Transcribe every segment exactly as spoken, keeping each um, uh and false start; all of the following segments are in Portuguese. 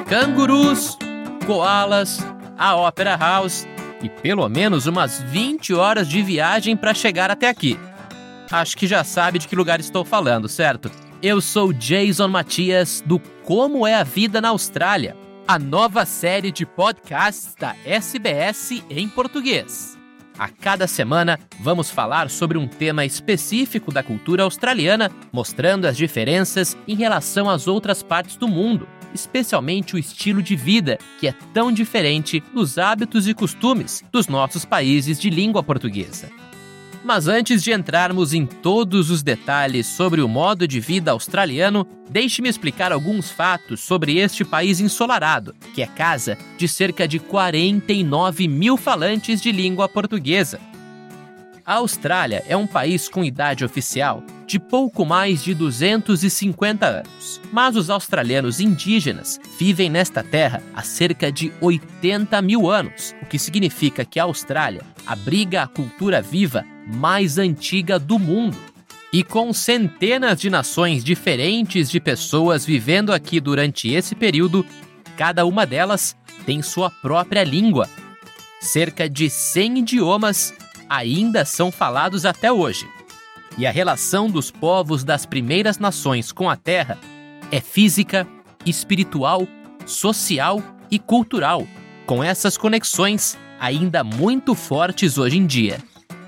cangurus, koalas, a Opera House e pelo menos umas vinte horas de viagem para chegar até aqui. Acho que já sabe de que lugar estou falando, certo? Eu sou Jason Matias, do Como é a Vida na Austrália, a nova série de podcasts da S B S em português. A cada semana, vamos falar sobre um tema específico da cultura australiana, mostrando as diferenças em relação às outras partes do mundo, especialmente o estilo de vida, que é tão diferente dos hábitos e costumes dos nossos países de língua portuguesa. Mas antes de entrarmos em todos os detalhes sobre o modo de vida australiano, deixe-me explicar alguns fatos sobre este país ensolarado, que é casa de cerca de quarenta e nove mil falantes de língua portuguesa. A Austrália é um país com idade oficial de pouco mais de duzentos e cinquenta anos, mas os australianos indígenas vivem nesta terra há cerca de oitenta mil anos, o que significa que a Austrália abriga a cultura viva mais antiga do mundo. E com centenas de nações diferentes de pessoas vivendo aqui durante esse período, cada uma delas tem sua própria língua. Cerca de cem idiomas ainda são falados até hoje. E a relação dos povos das primeiras nações com a terra é física, espiritual, social e cultural, com essas conexões ainda muito fortes hoje em dia.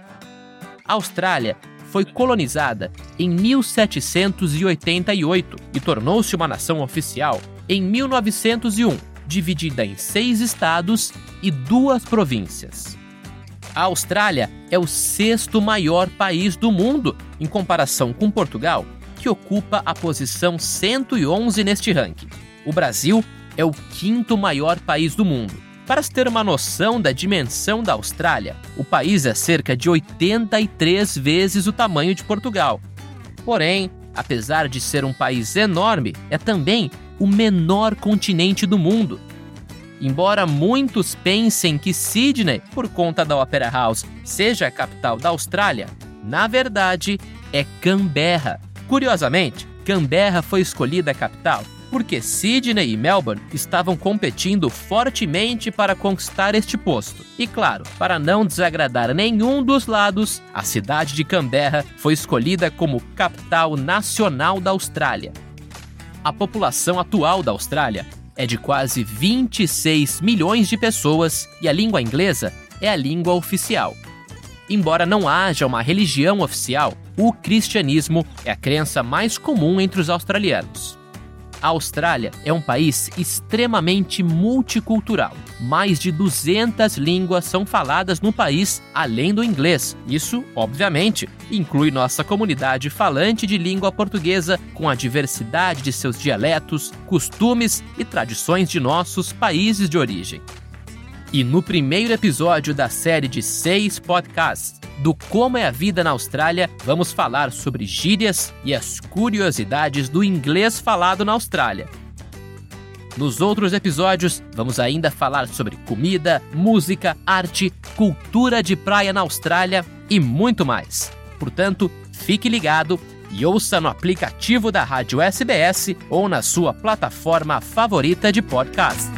A Austrália foi colonizada em mil setecentos e oitenta e oito e tornou-se uma nação oficial em mil novecentos e um, dividida em seis estados e duas províncias. A Austrália é o sexto maior país do mundo, em comparação com Portugal, que ocupa a posição cento e onze neste ranking. O Brasil é o quinto maior país do mundo. Para se ter uma noção da dimensão da Austrália, o país é cerca de oitenta e três vezes o tamanho de Portugal. Porém, apesar de ser um país enorme, é também o menor continente do mundo. Embora muitos pensem que Sydney, por conta da Opera House, seja a capital da Austrália, na verdade é Canberra. Curiosamente, Canberra foi escolhida a capital porque Sydney e Melbourne estavam competindo fortemente para conquistar este posto. E claro, para não desagradar nenhum dos lados, a cidade de Canberra foi escolhida como capital nacional da Austrália. A população atual da Austrália é de quase vinte e seis milhões de pessoas e a língua inglesa é a língua oficial. Embora não haja uma religião oficial, o cristianismo é a crença mais comum entre os australianos. A Austrália é um país extremamente multicultural. Mais de duzentas línguas são faladas no país, além do inglês. Isso, obviamente, inclui nossa comunidade falante de língua portuguesa, com a diversidade de seus dialetos, costumes e tradições de nossos países de origem. E no primeiro episódio da série de seis podcasts do Como é a Vida na Austrália, vamos falar sobre gírias e as curiosidades do inglês falado na Austrália. Nos outros episódios, vamos ainda falar sobre comida, música, arte, cultura de praia na Austrália e muito mais. Portanto, fique ligado e ouça no aplicativo da Rádio S B S ou na sua plataforma favorita de podcast.